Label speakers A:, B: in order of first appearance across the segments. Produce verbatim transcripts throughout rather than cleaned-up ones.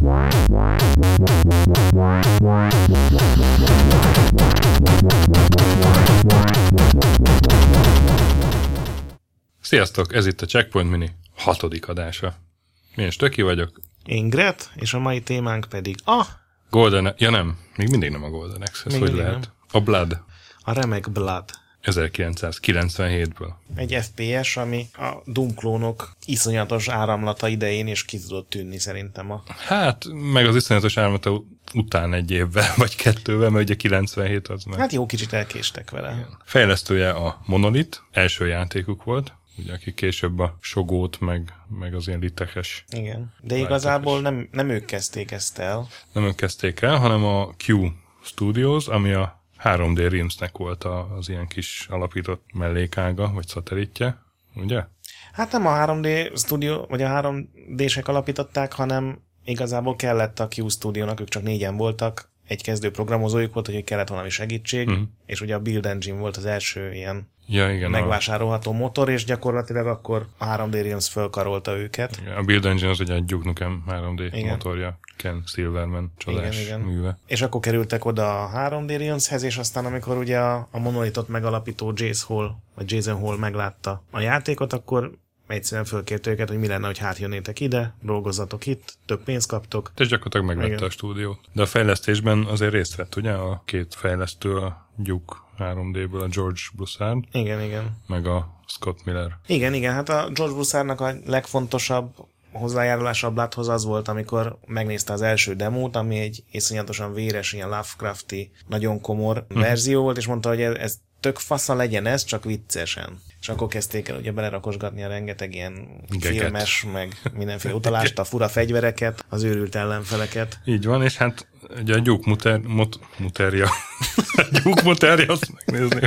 A: Sziasztok, ez itt a Checkpoint Mini hatodik adása. Én Stöki vagyok.
B: Én Gret, és a mai témánk pedig a...
A: Golden... Ja nem, még mindig nem a Golden Axe. Ez hogy lehet? Nem. A Blood.
B: A remek Blood.
A: ezerkilencszázkilencvenhétből.
B: Egy ef pé es, ami a Doom klónok iszonyatos áramlata idején is ki tudott tűnni szerintem. A...
A: Hát, meg az iszonyatos áramlata után egy évvel, vagy kettővel, mert ugye kilencvenhét az meg.
B: Hát jó, kicsit elkéstek vele.
A: Igen. Fejlesztője a Monolith, első játékuk volt, ugye aki később a Sogót, meg, meg az ilyen litekes.
B: Igen, de igazából nem, nem ők kezdték ezt el.
A: Nem ők kezdték el, hanem a Q Studios, ami a három dé Realmsnek volt az ilyen kis alapított mellékága, vagy szatellitje, ugye?
B: Hát nem a három dé Studio, vagy a három dé-sek alapították, hanem igazából kellett a Q Studionak, ők csak négyen voltak, egy kezdő programozójuk volt, hogy kellett valami segítség, uh-huh. és ugye a Build Engine volt az első ilyen
A: ja, igen,
B: megvásárolható a... motor, és gyakorlatilag akkor a három dé Realms fölkarolta őket.
A: Igen, a Build Engine az ugye egy Duke Nukem három dé igen. motorja, Ken Silverman csodás igen, igen. műve.
B: És akkor kerültek oda a három dé Realmshez, és aztán amikor ugye a, a Monolithot megalapító Jason Hall, vagy Jason Hall meglátta a játékot, akkor egyszerűen fölkért őket, hogy mi lenne, hogy hát jönnétek ide, dolgozzatok itt, több pénzt kaptok.
A: És gyakorlatilag megvette igen. a stúdiót. De a fejlesztésben azért részt vett, ugye? A két fejlesztő, a Duke három déből, a George Broussard.
B: Igen, igen.
A: Meg a Scott Miller.
B: Igen, igen. Hát a George Broussardnak a legfontosabb hozzájárulása a Bloodhoz az volt, amikor megnézte az első demót, ami egy iszonyatosan véres, ilyen Lovecrafti, nagyon komor hm. verzió volt, és mondta, hogy ez, ez tök fasza legyen ez, csak viccesen. És akkor kezdték el ugye belerakosgatni a rengeteg ilyen Geket. filmes, meg mindenféle utalást, a fura fegyvereket, az őrült ellenfeleket.
A: Így van, és hát ugye a Duke muter, mot, muterja. a Duke muterja, azt megnézni.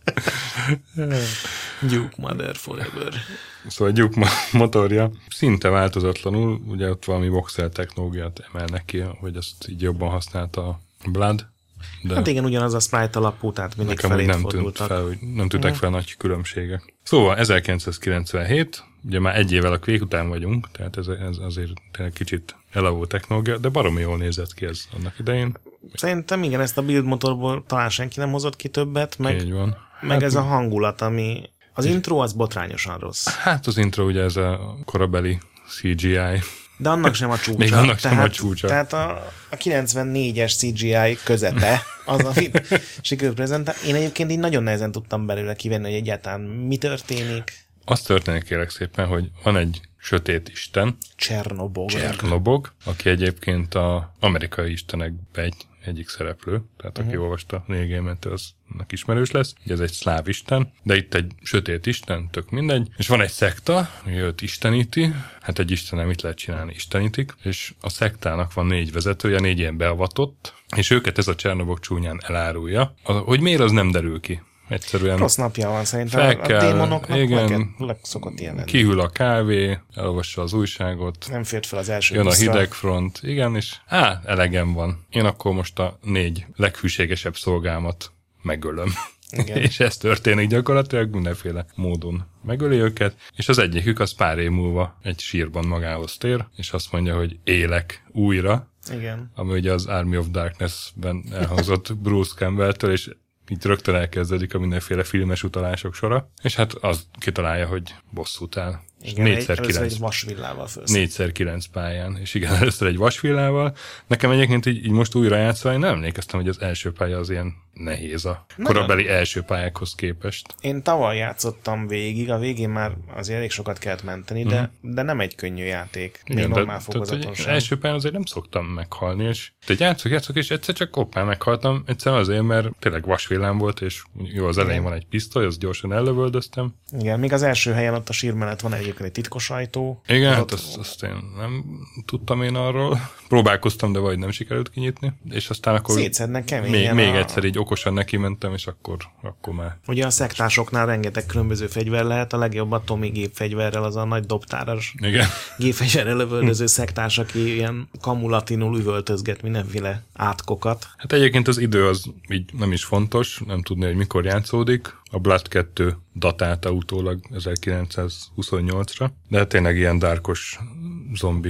B: Duke Mother Forever.
A: Szóval a Duke motorja szinte változatlanul, ugye ott valami voxel technológiát emelnek ki, hogy ezt így jobban használta a Blood. De
B: hát igen, ugyanaz a sprite alapú, tehát mindig felé
A: nem
B: fordultak.
A: Tűnt fel, hogy nem tűntek fel nagy különbségek. Szóval ezerkilencszázkilencvenhét, ugye már egy évvel a Quake után vagyunk, tehát ez, ez azért kicsit elavult technológia, de baromi jól nézett ki ez annak idején.
B: Szerintem igen, ezt a build motorból talán senki nem hozott ki többet, meg,
A: így van.
B: meg
A: hát,
B: ez a hangulat, ami... Az intro az botrányosan rossz.
A: Hát az intro ugye ez a korabeli cé gé í.
B: De annak sem a csúcsa.
A: Még annak
B: tehát,
A: sem a csúcsa.
B: Tehát a, a kilencvennégyes cé gé í közepe az, amit sikerült prezentálni. Én egyébként így nagyon nehezen tudtam belőle kivenni, hogy egyáltalán mi történik.
A: Az történik kérlek szépen, hogy van egy sötét isten.
B: Csernobog.
A: Csernobog, aki egyébként az amerikai istenekben egy egyik szereplő, tehát aki uh-huh. olvasta Neil Gaiman-től, aznak ismerős lesz. Ugye ez egy szláv isten, de itt egy sötét isten, tök mindegy. És van egy szekta, ami őt isteníti, hát egy istennel mit lehet csinálni, istenítik, és a szektának van négy vezetője, négy ilyen beavatott, és őket ez a Csernobog csúnyán elárulja. Hogy miért, az nem derül ki. Egyszerűen
B: rossz napja van szerintem. A démonoknak meg, meg szokott ilyen lenni.
A: Kihűl a kávé, elolvassa az újságot.
B: Nem fért fel az első
A: jön
B: buszra.
A: A hidegfront. Igen, és á, elegem van. Én akkor most a négy leghűségesebb szolgámat megölöm. És ez történik gyakorlatilag, mindenféle módon megöli őket, és az egyikük az pár év múlva egy sírban magához tér, és azt mondja, hogy élek újra.
B: Igen.
A: Ami ugye az Army of Darkness-ben elhozott Bruce Campbell-től, és itt rögtön elkezdődik a mindenféle filmes utalások sora, és hát az kitalálja, hogy bosszút áll.
B: Igen, négyszer először egy vasvillával fősz.
A: négyszer kilenc pályán, és igen, először egy vasvillával. Nekem egyébként így, így most újra játszva, én nem emlékeztem, hogy az első pálya az ilyen nehéz a korabeli első pályákhoz képest.
B: Én tavaly játszottam végig, a végén már azért elég sokat kellett menteni, de, uh-huh. de nem egy könnyű játék. Még igen, normál fokozaton sem.
A: Első pályán azért nem szoktam meghalni, és te játszok, játszok, és egyszer csak hoppá meghaltam, egyszer azért, mert tényleg vasvillám volt, és jó, az elején van egy pisztoly, azt gyorsan ellövöldöztem.
B: Igen, még az első helyen ott a sír mellett van egyébként egy titkos ajtó.
A: Igen, hát azt, azt én nem tudtam én arról. Próbálkoztam, de vagy nem sikerült kinyitni. És aztán akkor
B: szétszednek keményen.
A: Még, még
B: a...
A: egyszer így okosan neki mentem, és akkor, akkor már...
B: Ugye a szektásoknál rengeteg különböző fegyver lehet, a legjobb a Tommy gépfegyverrel, az a nagy dobtáras gépfegyverrel lövöldöző szektás, aki ilyen kamulatinul üvöltözget mindenféle átkokat.
A: Hát egyébként az idő az így nem is fontos, nem tudni, hogy mikor játszódik. A Blood kettő datálta utólag ezerkilencszázhuszonnyolcra, de tényleg ilyen dárkos, zombis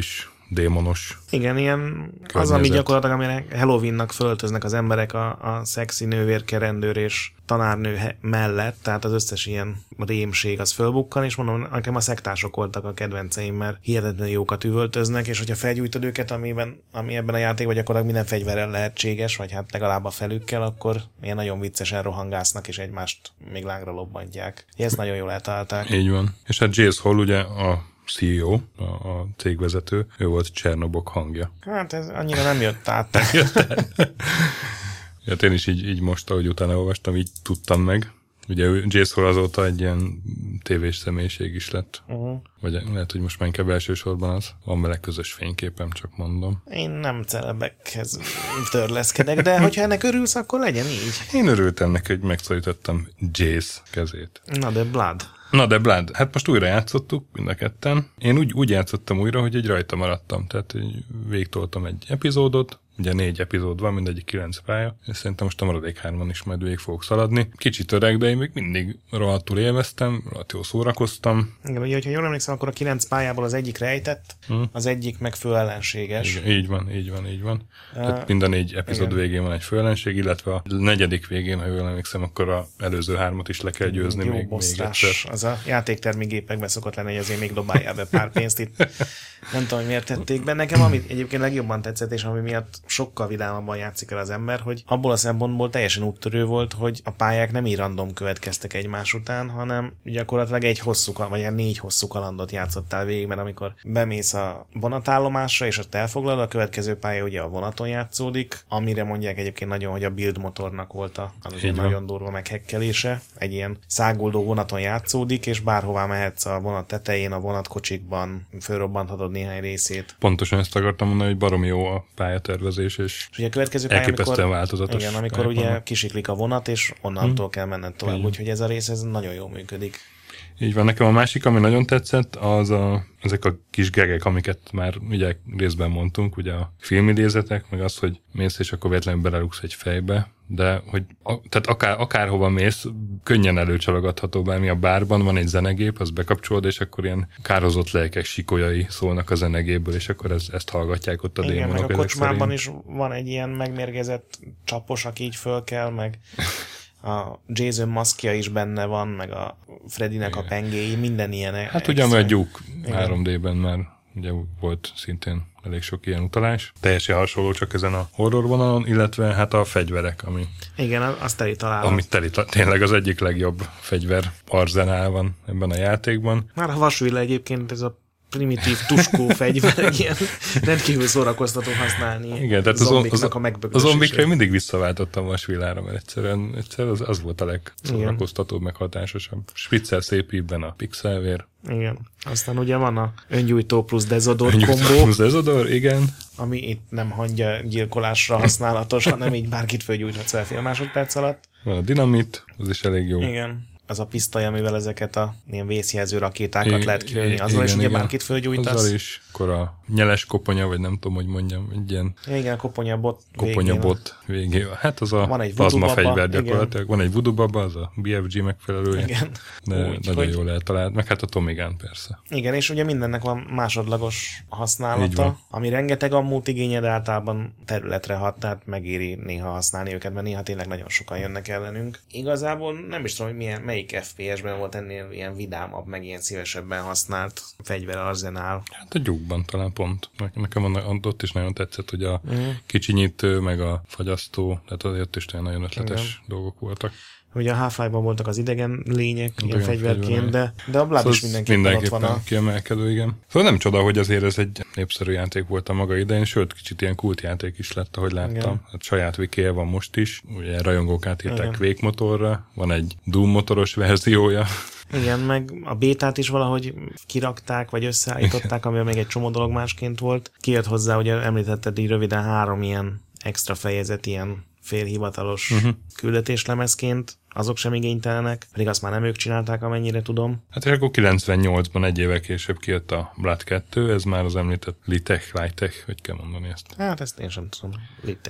A: démonos.
B: Igen, ilyen az, ami gyakorlatilag, amire Halloweennak fölöltöznek az emberek a, a szexi nővérkerendőr és tanárnő mellett, tehát az összes ilyen rémség az fölbukkan, és mondom, nekem a szektások voltak a kedvenceim, mert hihetetlenül jókat üvöltöznek, és hogyha felgyújtod őket, amiben, ami ebben a játékban gyakorlatilag minden fegyverrel lehetséges, vagy hát legalább a felükkel, akkor ilyen nagyon viccesen rohangásznak, és egymást még lángra lobbantják. Ezt nagyon jól eltalálták.
A: Így van. És hát Jace Hall ugye a cé e o, a, a cégvezető, ő volt Csernobok hangja.
B: Hát ez annyira nem jött át.
A: Nem jött át. Hát én is így, így most, ahogy utána olvastam, így tudtam meg. Ugye ő Jace Hall azóta egy ilyen tévés személyiség is lett. Uh-huh. Vagy lehet, hogy most már inkább elsősorban az. Van vele közös fényképem, csak mondom.
B: Én nem celebekhez törleszkedek, de hogyha ennek örülsz, akkor legyen így.
A: Én örültem neki, hogy megszorítottam Jace kezét.
B: Na de Blood.
A: Na de Blood, hát most újra játszottuk, mind a ketten. Én úgy, úgy játszottam újra, hogy egy rajta maradtam. Tehát végigtoltam egy epizódot, ugye négy epizód van, mindegyik kilenc pálya, és szerintem most a maradék hárman is majd végig fogok szaladni. Kicsit öreg, de én még mindig rohadtul élveztem, rohadt jól szórakoztam.
B: Igen, ugye, hogyha jól emlékszem, akkor a kilenc pályából az egyik rejtett, hmm. az egyik meg főellenséges.
A: Igen, így van, így van, így van. Uh, Tehát mind a négy epizód igen. végén van egy főellenség, illetve a negyedik végén, ha jól emlékszem, akkor a előző hármat is le kell győzni
B: jó
A: még, még egyszer.
B: Az a játéktermi gépekben szokott lenni, hogy azért még dobáljál be pár pénzt itt. Nem tudom, hogy miért tették be. Nekem, amit egyébként legjobban tetszett, és ami miatt sokkal vidámabban játszik el az ember, hogy abból a szempontból teljesen úttörő volt, hogy a pályák nem így random következtek egymás után, hanem gyakorlatilag egy hosszú, vagy egy négy hosszú kalandot játszottál végig, mert amikor bemész a vonatállomásra, és azt elfoglalod, a következő pálya ugye a vonaton játszódik, amire mondják egyébként nagyon, hogy a build motornak volt a, az ugye nagyon durva meghekkelése. Egy ilyen száguldó vonaton játszódik, és bárhová mehetsz a vonat tetején, a vonatkocsikban, fölrobbanthatod néhány részét.
A: Pontosan ezt akartam mondani, hogy baromi jó a pályatervezés, és,
B: és ugye a következő pálya,
A: elképesztően változatos.
B: Igen, amikor ugye vannak. Kisiklik a vonat, és onnantól hmm. kell menned tovább, úgyhogy ez a rész ez nagyon jól működik.
A: Így van, nekem a másik, ami nagyon tetszett, az a, ezek a kis gegek, amiket már ugye részben mondtunk, ugye a filmidézetek, meg az, hogy mész, és akkor véletlenül belerúgsz egy fejbe, de hogy a, tehát akár, akárhova mész, könnyen előcsalogatható, bármi a bárban van egy zenegép, az bekapcsolod, és akkor ilyen kározott lelkek sikolyai szólnak a zenegéből, és akkor ez, ezt hallgatják ott a
B: igen,
A: démonok.
B: Igen, meg a kocsmában is van egy ilyen megmérgezett csapos, aki így föl kell, meg a Jason maszkja is benne van, meg a Freddynek igen. a pengéi, minden ilyen.
A: Hát ugye a Duke három dében már ugye volt szintén elég sok ilyen utalás. Teljesen hasonló, csak ezen a horror vonalon, illetve hát a fegyverek, ami...
B: Igen, azt teli találom.
A: Amit teli, tényleg az egyik legjobb fegyver arzenál van ebben a játékban.
B: Már a vasvilla egyébként ez a primitív tuskó fegyver, ilyen rendkívül szórakoztató használni.
A: Igen, tehát
B: zombiknak
A: az, az, a zombikra mindig visszaváltottam a vasvillára, mert egyszerűen, egyszerűen az, az volt a legszórakoztatóbb, meg hatásosabb. Spritzel szép ízben a pixelvér.
B: Igen. Aztán ugye van a öngyújtó plusz dezodor
A: öngyújtó
B: kombó.
A: plusz dezodor, igen.
B: Ami itt nem hangya gyilkolásra használatos, hanem így bárkit fölgyújthatsz el fél másodperc alatt.
A: Van a dinamit, az is elég jó.
B: Igen. Az a pisztoly, amivel ezeket a ilyen vészjelző rakétákat I- lehet kilőni, azzal is ugye bárkit fölgyújtasz.
A: Azzal is, akkor a nyeles koponya, vagy nem tudom, hogy mondjam, egy ilyen...
B: Igen, a koponya bot
A: Koponya végén. bot végén. Hát az a plazma fegyver gyakorlatilag. Van egy voodoo baba, az a bé ef gé megfelelője. Igen. De úgy, nagyon hogy... jól eltalált. Meg hát a Tommy Gun persze.
B: Igen, és ugye mindennek van másodlagos használata, ami rengeteg ammót igényel, de általában területre hat, tehát megéri néha használni őket, mert néha tényleg nagyon sokan jönnek ellenünk. Igazából nem is tudom, hogy milyen, melyik ef pé es-ben volt ennél ilyen vidámabb, meg ilyen szívesebben használt fegyverarzenál.
A: Hát a Duke-ban talán pont. Nekem ott is nagyon tetszett, hogy a uh-huh. kicsinyítő, meg a fagyasztó, tehát azért is nagyon ötletes igen. dolgok voltak.
B: Ugye a Half-Life-ban voltak az idegen lények, hát ilyen fegyverként, de, de a Blood szóval is mindenképpen, mindenképpen ott van a...
A: kiemelkedő, igen. Szóval nem csoda, hogy azért ez egy népszerű játék volt a maga idején, sőt, kicsit ilyen kultjáték is lett, ahogy láttam. Hát saját wikéje van most is, ugye rajongók átírták Quake motorra, van egy Doom motoros verziója.
B: Igen, meg a bétát is valahogy kirakták, vagy összeállították, amivel még egy csomó dolog másként volt. Kijött hozzá, ugye említetted így röviden három ilyen extra fejezet, ilyen félhivatalos uh-huh. küldetéslemezként, azok sem igénytelenek, pedig azt már nem ők csinálták, amennyire tudom.
A: Hát és akkor kilencvennyolcban egy évvel később kijött a Blood kettő, ez már az említett Litech, Litech, hogy kell mondani ezt?
B: Hát ezt én sem tudom. Litech.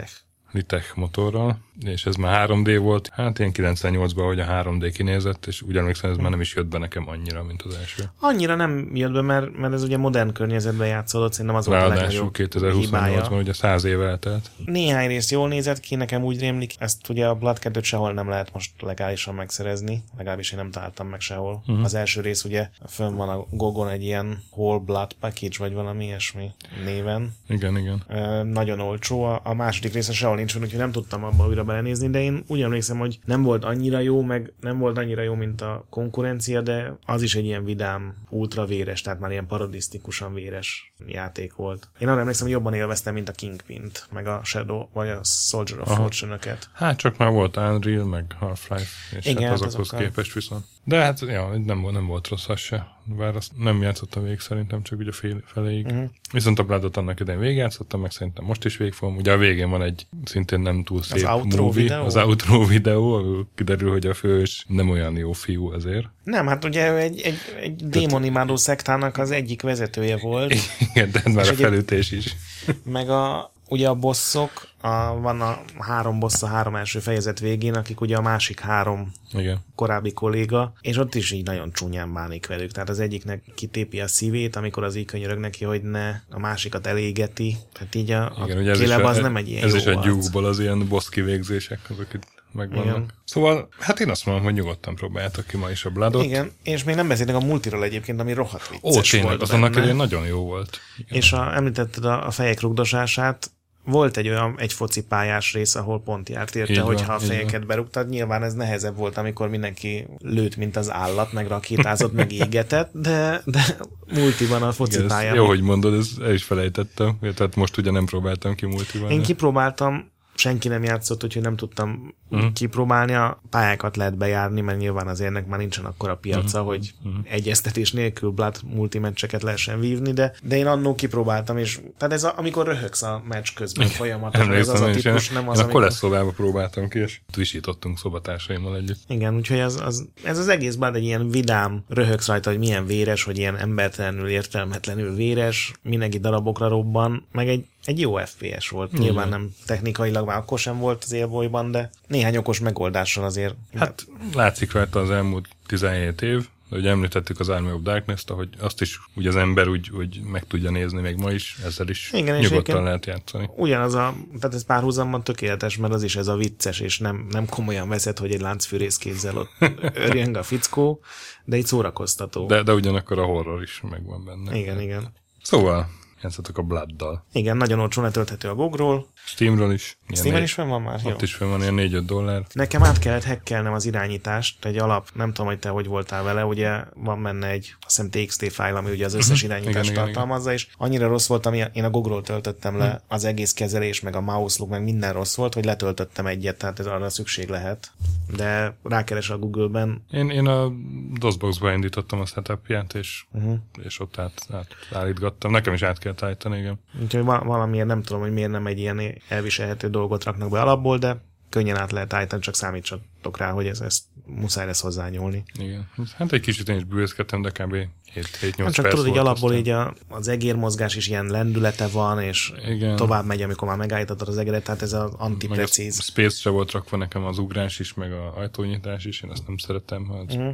A: Litech motorral, és ez már három dé volt. Hát én kilencvennyolcban, hogy a három dé kinézett, és úgy emlékszem, ez már nem is jött be nekem annyira, mint az első.
B: Annyira nem jött be, mert, mert ez ugye modern környezetben játszódott, szerintem az volt a legnagyobb
A: kétezer-huszonnyolcban ugye száz éve eltelt.
B: Néhány rész jól nézett ki, nekem úgy rémlik, ezt ugye a Blood kettőt sehol nem lehet most legálisan megszerezni, legalábbis én nem találtam meg sehol. Uh-huh. Az első rész ugye fönn van a Gogon egy ilyen Whole Blood Package, vagy valami ilyesmi néven.
A: Igen, igen.
B: E, nagyon olcsó, a, a második része sehol nincs, úgyhogy nem tudtam abba újra belenézni, de én úgy emlékszem, hogy nem volt annyira jó, meg nem volt annyira jó, mint a konkurencia, de az is egy ilyen vidám, ultra véres, tehát már ilyen parodisztikusan véres játék volt. Én arra emlékszem, hogy jobban élveztem, mint a Kingpint, meg a Shadow, vagy a Soldier of Fortune-öket.
A: Hát csak már volt Unreal, meg Half-Life, és igen, hát azokhoz azokkal képest viszont. De hát ja, nem, nem volt rossz az se. Bár azt nem játszottam végig szerintem, csak ugye fél, feléig. Uh-huh. Viszont a Bloodot annak idején végigjátszottam, meg szerintem most is végig fogom. Ugye a végén van egy szintén nem túl szép
B: az outro
A: movie,
B: videó?
A: Az outro videó, ahol kiderül, hogy a fős nem olyan jó fiú azért.
B: Nem, hát ugye egy, egy, egy démonimádó szektának az egyik vezetője volt.
A: Igen, de ez már a felütés is.
B: Meg a ugye a bosszok, a, van a három boss a három első fejezet végén, akik ugye a másik három
A: igen.
B: korábbi kolléga, és ott is így nagyon csúnyán bánik velük. Tehát az egyiknek kitépi a szívét, amikor az így könyörög neki, hogy ne, a másikat elégeti. Tehát így a, igen, a kéleb az nem egy ilyen
A: ez
B: jó
A: is
B: arc.
A: egy Duke-ból az ilyen boss kivégzések, azok itt megvannak. Igen. Szóval, hát én azt mondom, hogy nyugodtan próbáljátok ki ma is a Bloodot.
B: Igen, és még nem beszélnek a multiról egyébként, ami rohadt vicces
A: Ó, tényleg,
B: volt
A: az annak egy nagyon jó volt. Igen.
B: És a, említetted a, a fejek rugdosását, volt egy olyan egy focipályás rész, ahol pont járt érte, hogyha a fejeket berúgtad. Nyilván ez nehezebb volt, amikor mindenki lőtt, mint az állat, meg rakétázott, meg égetett, de, de multiban a focipályán.
A: Jó, hogy mondod, ez el is felejtettem. Tehát most ugye nem próbáltam ki multiban.
B: Én de... kipróbáltam, senki nem játszott, úgyhogy nem tudtam uh-huh. kipróbálni. A pályákat lehet bejárni, mert nyilván az érnek már nincsen akkora piaca, uh-huh. hogy uh-huh. egyeztetés nélkül Blood multimeccseket lehessen vívni, de, de én annól kipróbáltam, és tehát ez a, amikor röhögsz a meccs közben folyamatosan, ez az a típus, nem az,
A: én a Koles szobába próbáltam ki, és visítottunk szobatársaimmal együtt.
B: Igen, úgyhogy ez az, ez az egész Blood egy ilyen vidám, röhögsz rajta, hogy milyen véres, hogy ilyen embertelenül, értelmetlenül véres, mindenki darabokra robban, meg egy Egy jó ef pé es volt. Mm. Nyilván nem technikailag már akkor sem volt az élbolyban, de néhány okos megoldással azért.
A: Hát látszik rajta az elmúlt tizenhét év, de ugye említettük az Army of Darkness-t, hogy azt is ugye az ember úgy, úgy meg tudja nézni még ma is, ezzel is igen, nyugodtan lehet játszani.
B: Ugyanaz a, tehát ez párhuzamban tökéletes, mert az is ez a vicces, és nem, nem komolyan veszed, hogy egy láncfűrészkézzel ott örjeng a fickó, de így szórakoztató.
A: De, de ugyanakkor a horror is megvan benne.
B: Igen, igen.
A: Szóval játszatok a Blooddal.
B: Igen, nagyon olcsón letölthető a GOG-ról.
A: Steamről is.
B: Steamről is fenn van már?
A: Ott jó. Is fenn van ilyen négy-öt dollár.
B: Nekem át kellett hackelnem az irányítást, egy alap, nem tudom, hogy te hogy voltál vele, ugye van benne egy, azt hiszem té iksz té fájl, ami ugye az összes irányítást igen, tartalmazza, igen. És annyira rossz volt, ami én a GOG-ról töltöttem le, hmm. az egész kezelés, meg a mouse look, meg minden rossz volt, hogy letöltöttem egyet, tehát ez arra szükség lehet. De rákeres a Google-ben.
A: Én, én a DOSBox-ba indítottam a setupját, és, uh-huh. és ott át, át állítgattam. Nekem is át kellett állítani, igen.
B: Úgyhogy valamiért nem tudom, hogy miért nem egy ilyen elviselhető dolgot raknak be alapból, de könnyen át lehet állítani, csak számítsatok rá, hogy ez, ezt muszáj lesz hozzányúlni.
A: Igen. Hát egy kicsit én is bűvészkedtem, de kb. hét-nyolc perc
B: csak tudod, hogy alapból így a, az egérmozgás is ilyen lendülete van, és igen. tovább megy, amikor már megállítottad az egeret, tehát ez az antiprecíz.
A: A Space se volt rakva nekem az ugrás is, meg az ajtónyitás is, én azt nem szeretem. Uh-huh.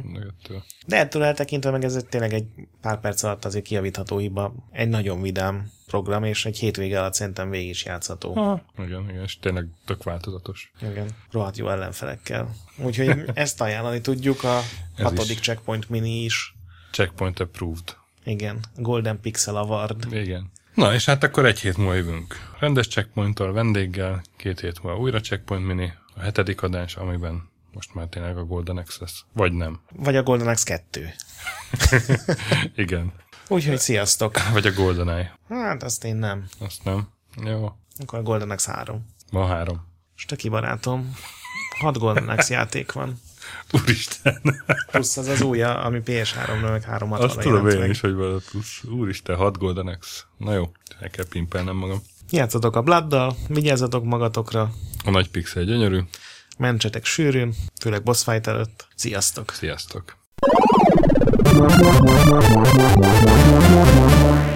B: De ettől eltekintve meg ez tényleg egy pár perc alatt azért kijavítható hiba. Egy nagyon vidám program, és egy hétvége alatt szerintem végig is játszható.
A: Ah, igen, igen, és tényleg tök változatos.
B: Igen, rohadt jó ellenfelekkel. Úgyhogy ezt ajánlani tudjuk, a hatodik Checkpoint Mini is.
A: Checkpoint approved.
B: Igen, Golden Pixel Award.
A: Igen. Na, és hát akkor egy hét múlva jövünk. Rendes checkpointtal, vendéggel, két hét múlva újra Checkpoint Mini, a hetedik adás, amiben most már tényleg a Golden Axe lesz. Vagy nem.
B: Vagy a Golden Axe kettő.
A: Igen.
B: Úgyhogy sziasztok.
A: Vagy a GoldenEye.
B: Hát azt én nem.
A: Azt nem. Jó.
B: Akkor a Golden Axe három.
A: Van három.
B: Stöki barátom, hat Golden Axe játék van.
A: Úristen.
B: Plusz az az újja, ami pé es háromra meg három hatvanra
A: azt tudom én meg. Is, hogy van plusz. Úristen, hat Golden Axe. Na jó, el kell pimpelnem magam.
B: Játszatok a Blooddal, vigyázzatok magatokra.
A: A nagy pixel gyönyörű.
B: Mentsetek sűrűn, főleg boss fight előtt. Sziasztok.
A: Sziasztok.